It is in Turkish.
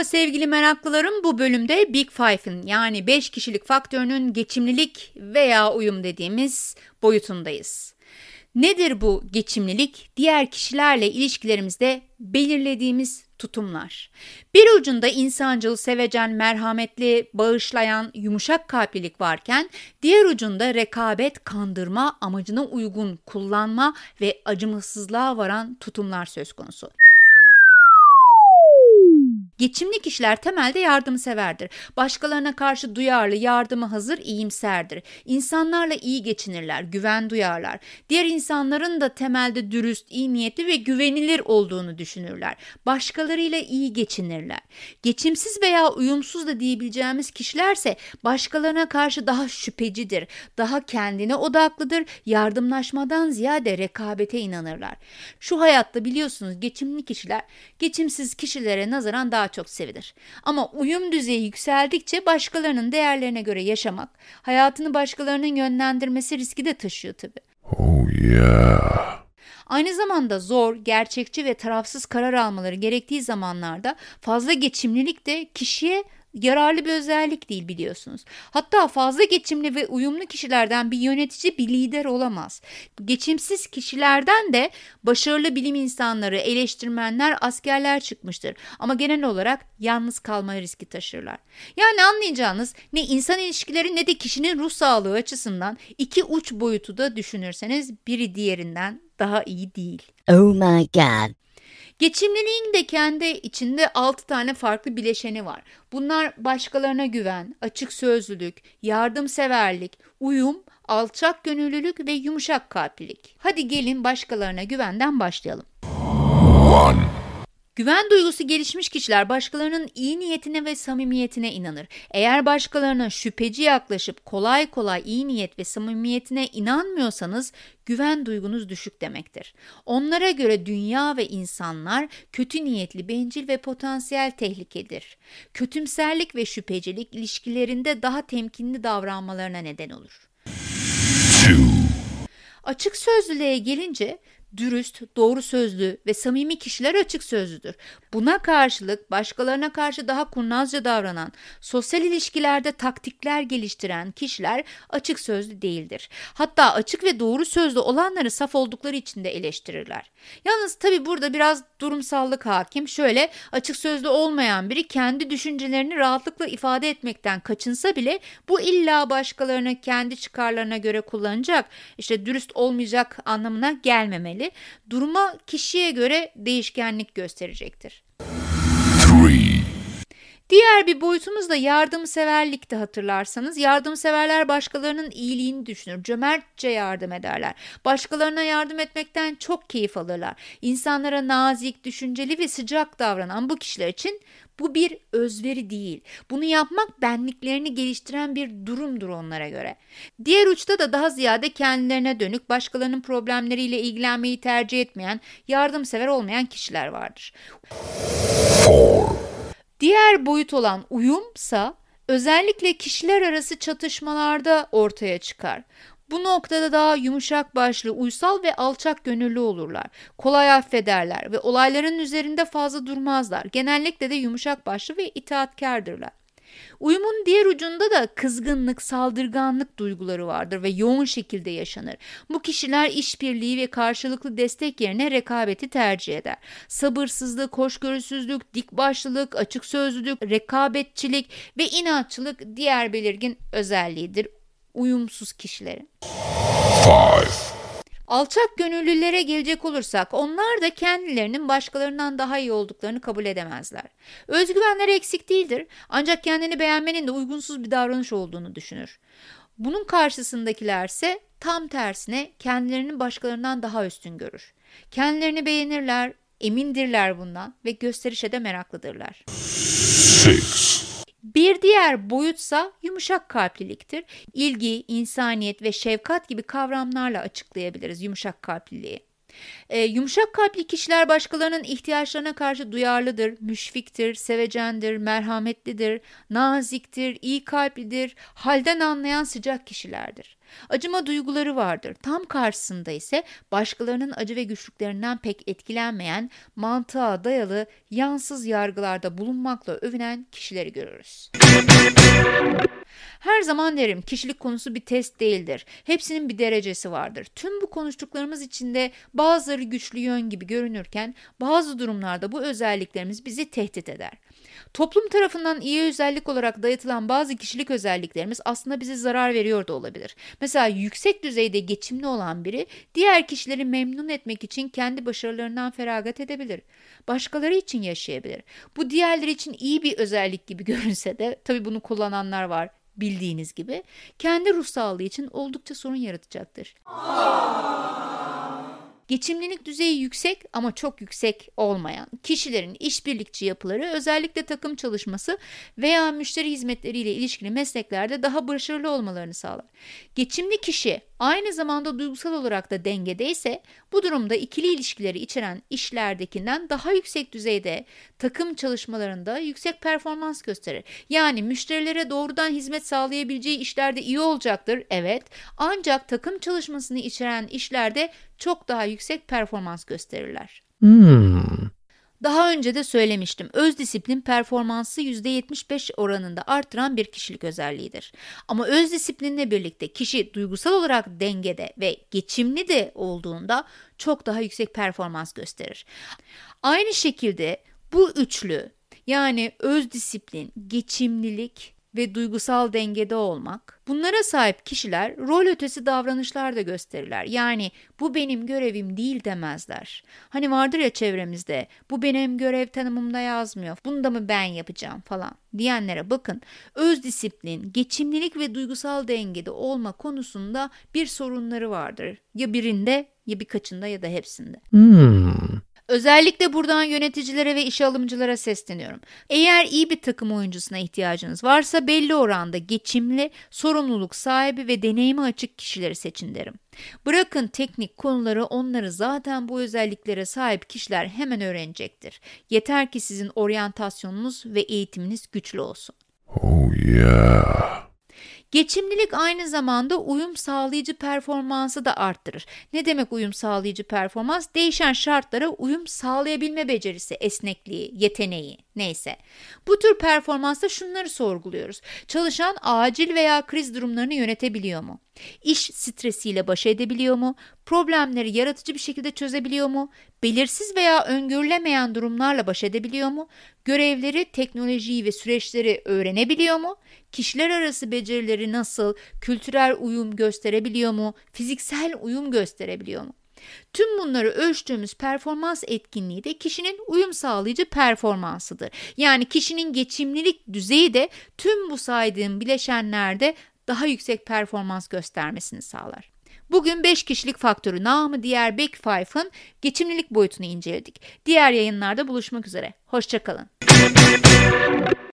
sevgili meraklılarım, bu bölümde Big Five'ın yani 5 kişilik faktörünün geçimlilik veya uyum dediğimiz boyutundayız. Nedir bu geçimlilik? Diğer kişilerle ilişkilerimizde belirlediğimiz tutumlar. Bir ucunda insancıl, sevecen, merhametli, bağışlayan, yumuşak kalplilik varken diğer ucunda rekabet, kandırma, amacına uygun kullanma ve acımasızlığa varan tutumlar söz konusu. Geçimli kişiler temelde yardımseverdir. Başkalarına karşı duyarlı, yardıma hazır, iyimserdir. İnsanlarla iyi geçinirler, güven duyarlar. Diğer insanların da temelde dürüst, iyi niyetli ve güvenilir olduğunu düşünürler. Başkalarıyla iyi geçinirler. Geçimsiz veya uyumsuz da diyebileceğimiz kişilerse başkalarına karşı daha şüphecidir, daha kendine odaklıdır, yardımlaşmadan ziyade rekabete inanırlar. Şu hayatta biliyorsunuz geçimli kişiler geçimsiz kişilere nazaran daha çok sevilir. Ama uyum düzeyi yükseldikçe başkalarının değerlerine göre yaşamak, hayatını başkalarının yönlendirmesi riski de taşıyor tabii. Oh yeah. Aynı zamanda zor, gerçekçi ve tarafsız karar almaları gerektiği zamanlarda fazla geçimlilik de kişiye yararlı bir özellik değil biliyorsunuz. Hatta fazla geçimli ve uyumlu kişilerden bir yönetici, bir lider olamaz. Geçimsiz kişilerden de başarılı bilim insanları, eleştirmenler, askerler çıkmıştır. Ama genel olarak yalnız kalma riski taşırlar. Yani anlayacağınız ne insan ilişkileri ne de kişinin ruh sağlığı açısından iki uç boyutu da düşünürseniz biri diğerinden daha iyi değil. Oh my God. Geçimliliğin de kendi içinde 6 tane farklı bileşeni var. Bunlar başkalarına güven, açık sözlülük, yardımseverlik, uyum, alçak gönüllülük ve yumuşak kalplilik. Hadi gelin başkalarına güvenden başlayalım. 1. Güven duygusu gelişmiş kişiler başkalarının iyi niyetine ve samimiyetine inanır. Eğer başkalarına şüpheci yaklaşıp kolay kolay iyi niyet ve samimiyetine inanmıyorsanız güven duygunuz düşük demektir. Onlara göre dünya ve insanlar kötü niyetli, bencil ve potansiyel tehlikedir. Kötümserlik ve şüphecilik ilişkilerinde daha temkinli davranmalarına neden olur. 2. Açık sözlülüğe gelince dürüst, doğru sözlü ve samimi kişiler açık sözlüdür. Buna karşılık başkalarına karşı daha kurnazca davranan, sosyal ilişkilerde taktikler geliştiren kişiler açık sözlü değildir. Hatta açık ve doğru sözlü olanları saf oldukları için de eleştirirler. Yalnız tabii burada biraz durumsallık hakim. Şöyle açık sözlü olmayan biri kendi düşüncelerini rahatlıkla ifade etmekten kaçınsa bile bu illa başkalarını kendi çıkarlarına göre kullanacak, işte dürüst olmayacak anlamına gelmemeli. Duruma, kişiye göre değişkenlik gösterecektir. 3. Diğer bir boyutumuz da yardımseverlikte hatırlarsanız. Yardımseverler başkalarının iyiliğini düşünür, cömertçe yardım ederler. Başkalarına yardım etmekten çok keyif alırlar. İnsanlara nazik, düşünceli ve sıcak davranan bu kişiler için bu bir özveri değil. Bunu yapmak benliklerini geliştiren bir durumdur onlara göre. Diğer uçta da daha ziyade kendilerine dönük, başkalarının problemleriyle ilgilenmeyi tercih etmeyen, yardımsever olmayan kişiler vardır. 4. Diğer boyut olan uyumsa özellikle kişiler arası çatışmalarda ortaya çıkar. Bu noktada daha yumuşak başlı, uysal ve alçak gönüllü olurlar. Kolay affederler ve olayların üzerinde fazla durmazlar. Genellikle de yumuşak başlı ve itaatkardırlar. Uyumun diğer ucunda da kızgınlık, saldırganlık duyguları vardır ve yoğun şekilde yaşanır. Bu kişiler işbirliği ve karşılıklı destek yerine rekabeti tercih eder. Sabırsızlık, hoşgörüsüzlük, dikbaşlılık, açık sözlülük, rekabetçilik ve inatçılık diğer belirgin özelliğidir uyumsuz kişilerin. 5. Alçak gönüllülere gelecek olursak onlar da kendilerinin başkalarından daha iyi olduklarını kabul edemezler. Özgüvenleri eksik değildir ancak kendini beğenmenin de uygunsuz bir davranış olduğunu düşünür. Bunun karşısındakilerse tam tersine kendilerini başkalarından daha üstün görür. Kendilerini beğenirler, emindirler bundan ve gösterişe de meraklıdırlar. 6. Bir diğer boyutsa yumuşak kalpliliktir. İlgi, insaniyet ve şefkat gibi kavramlarla açıklayabiliriz yumuşak kalpliliği. Yumuşak kalpli kişiler başkalarının ihtiyaçlarına karşı duyarlıdır, müşfiktir, sevecendir, merhametlidir, naziktir, iyi kalplidir, halden anlayan sıcak kişilerdir. Acıma duyguları vardır. Tam karşısında ise başkalarının acı ve güçlüklerinden pek etkilenmeyen, mantığa dayalı, yansız yargılarda bulunmakla övünen kişileri görürüz. Her zaman derim, kişilik konusu bir test değildir. Hepsinin bir derecesi vardır. Tüm bu konuştuklarımız içinde bazıları güçlü yön gibi görünürken bazı durumlarda bu özelliklerimiz bizi tehdit eder. Toplum tarafından iyi özellik olarak dayatılan bazı kişilik özelliklerimiz aslında bize zarar veriyor da olabilir. Mesela yüksek düzeyde geçimli olan biri diğer kişileri memnun etmek için kendi başarılarından feragat edebilir. Başkaları için yaşayabilir. Bu diğerleri için iyi bir özellik gibi görünse de tabii bunu kullananlar var. Bildiğiniz gibi kendi ruh sağlığı için oldukça sorun yaratacaktır. Geçimlilik düzeyi yüksek ama çok yüksek olmayan kişilerin işbirlikçi yapıları özellikle takım çalışması veya müşteri hizmetleriyle ilişkili mesleklerde daha başarılı olmalarını sağlar. Geçimli kişi aynı zamanda duygusal olarak da dengedeyse bu durumda ikili ilişkileri içeren işlerdekinden daha yüksek düzeyde takım çalışmalarında yüksek performans gösterir. Yani müşterilere doğrudan hizmet sağlayabileceği işlerde iyi olacaktır, evet, ancak takım çalışmasını içeren işlerde çok daha yüksek performans gösterirler. Daha önce de söylemiştim. Öz disiplin performansı %75 oranında artıran bir kişilik özelliğidir. Ama öz disiplinle birlikte kişi duygusal olarak dengede ve geçimli de olduğunda çok daha yüksek performans gösterir. Aynı şekilde bu üçlü, yani öz disiplin, geçimlilik ve duygusal dengede olmak, bunlara sahip kişiler rol ötesi davranışlar da gösterirler. Yani bu benim görevim değil demezler. Hani vardır ya çevremizde, bu benim görev tanımımda yazmıyor, bunu da mı ben yapacağım falan diyenlere bakın. Öz disiplin, geçimlilik ve duygusal dengede olma konusunda bir sorunları vardır. Ya birinde, ya birkaçında ya da hepsinde. Özellikle buradan yöneticilere ve işe alımcılara sesleniyorum. Eğer iyi bir takım oyuncusuna ihtiyacınız varsa belli oranda geçimli, sorumluluk sahibi ve deneyime açık kişileri seçin derim. Bırakın teknik konuları, onları zaten bu özelliklere sahip kişiler hemen öğrenecektir. Yeter ki sizin oryantasyonunuz ve eğitiminiz güçlü olsun. Oh yeah. Geçimlilik aynı zamanda uyum sağlayıcı performansı da arttırır. Ne demek uyum sağlayıcı performans? Değişen şartlara uyum sağlayabilme becerisi, esnekliği, yeteneği, neyse. Bu tür performansta şunları sorguluyoruz. Çalışan acil veya kriz durumlarını yönetebiliyor mu? İş stresiyle baş edebiliyor mu? Problemleri yaratıcı bir şekilde çözebiliyor mu? Belirsiz veya öngörülemeyen durumlarla baş edebiliyor mu? Görevleri, teknolojiyi ve süreçleri öğrenebiliyor mu? Kişiler arası becerileri nasıl? Kültürel uyum gösterebiliyor mu? Fiziksel uyum gösterebiliyor mu? Tüm bunları ölçtüğümüz performans etkinliği de kişinin uyum sağlayıcı performansıdır. Yani kişinin geçimlilik düzeyi de tüm bu saydığım bileşenlerde daha yüksek performans göstermesini sağlar. Bugün 5 kişilik faktörü, namı diğer Big Five'ın geçimlilik boyutunu inceledik. Diğer yayınlarda buluşmak üzere. Hoşça kalın.